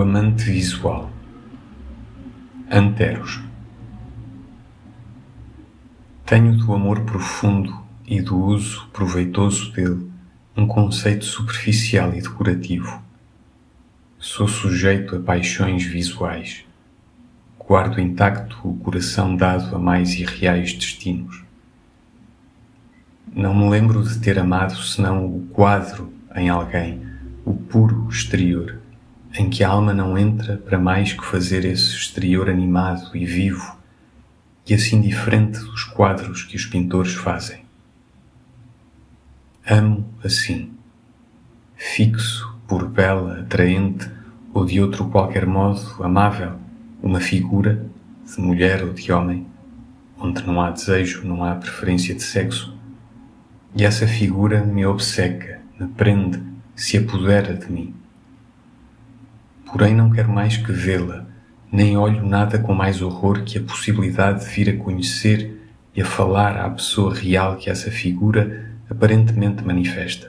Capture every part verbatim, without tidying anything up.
amante visual. Anteros. Tenho do amor profundo e do uso proveitoso dele um conceito superficial e decorativo. Sou sujeito a paixões visuais. Guardo intacto o coração dado a mais irreais destinos. Não me lembro de ter amado senão o quadro em alguém, o puro exterior, em que a alma não entra para mais que fazer esse exterior animado e vivo, e assim diferente dos quadros que os pintores fazem. Amo assim, fixo, por bela, atraente ou de outro qualquer modo amável, uma figura, de mulher ou de homem, onde não há desejo, não há preferência de sexo, e essa figura me obceca, me prende, se apodera de mim. Porém não quero mais que vê-la, nem olho nada com mais horror que a possibilidade de vir a conhecer e a falar à pessoa real que essa figura aparentemente manifesta.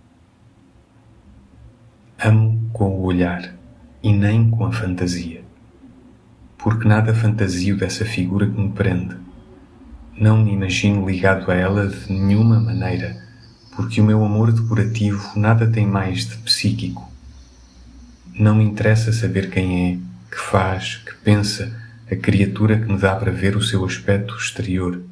Amo com o olhar e nem com a fantasia, porque nada fantasio dessa figura que me prende. Não me imagino ligado a ela de nenhuma maneira, porque o meu amor decorativo nada tem mais de psíquico. Não me interessa saber quem é, que faz, que pensa a criatura que me dá para ver o seu aspecto exterior.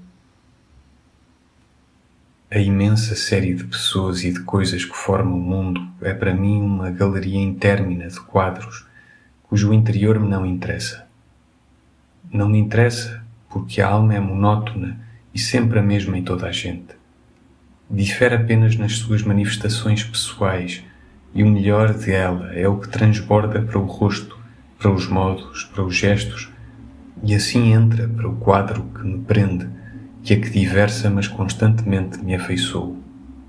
A imensa série de pessoas e de coisas que formam o mundo é para mim uma galeria intermina de quadros, cujo interior me não interessa. Não me interessa porque a alma é monótona e sempre a mesma em toda a gente. Difere apenas nas suas manifestações pessoais, e o melhor de ela é o que transborda para o rosto, para os modos, para os gestos, e assim entra para o quadro que me prende, que a que diversa mas constantemente me afeiçoou.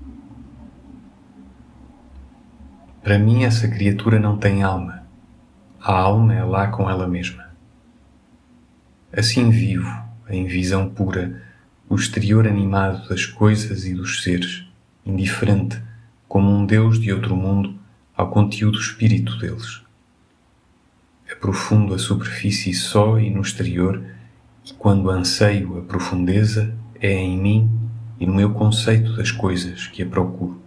Para mim essa criatura não tem alma. A alma é lá com ela mesma. Assim vivo, em visão pura, o exterior animado das coisas e dos seres, indiferente, como um Deus de outro mundo, ao conteúdo espírito deles. Aprofundo a superfície só e no exterior, e quando anseio a profundeza, é em mim e no meu conceito das coisas que a procuro.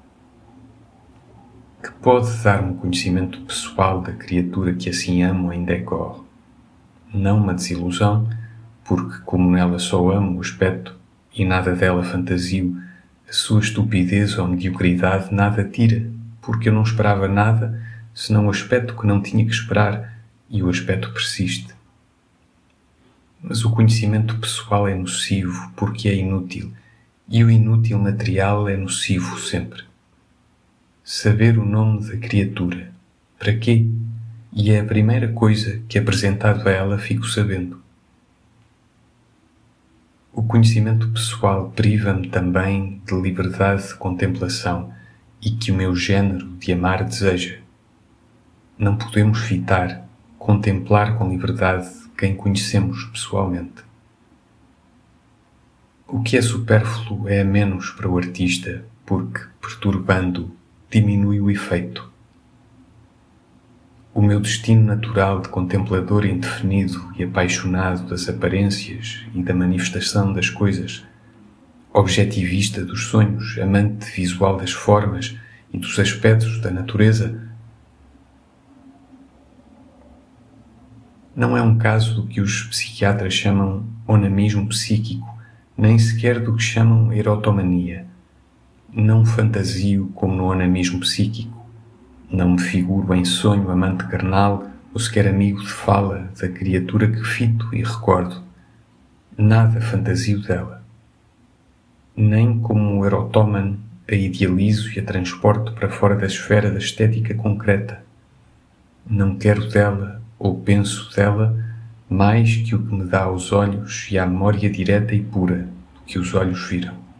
Que pode dar-me um conhecimento pessoal da criatura que assim amo em decor? Não uma desilusão, porque como nela só amo o aspecto e nada dela fantasio, a sua estupidez ou mediocridade nada tira, porque eu não esperava nada senão o aspecto que não tinha que esperar e o aspecto persiste. Mas o conhecimento pessoal é nocivo porque é inútil e o inútil material é nocivo sempre. Saber o nome da criatura, para quê? E é a primeira coisa que apresentado a ela fico sabendo. O conhecimento pessoal priva-me também de liberdade de contemplação e que o meu género de amar deseja. Não podemos fitar, contemplar com liberdade quem conhecemos pessoalmente. O que é supérfluo é menos para o artista, porque, perturbando-o, diminui o efeito. O meu destino natural de contemplador indefinido e apaixonado das aparências e da manifestação das coisas, objetivista dos sonhos, amante visual das formas e dos aspectos da natureza, não é um caso do que os psiquiatras chamam onamismo psíquico, nem sequer do que chamam erotomania. Não fantasio como no onamismo psíquico. Não me figuro em sonho amante carnal ou sequer amigo de fala da criatura que fito e recordo. Nada fantasio dela. Nem como um erotómano a idealizo e a transporto para fora da esfera da estética concreta. Não quero dela ou penso dela mais que o que me dá aos olhos e à memória direta e pura do que os olhos viram.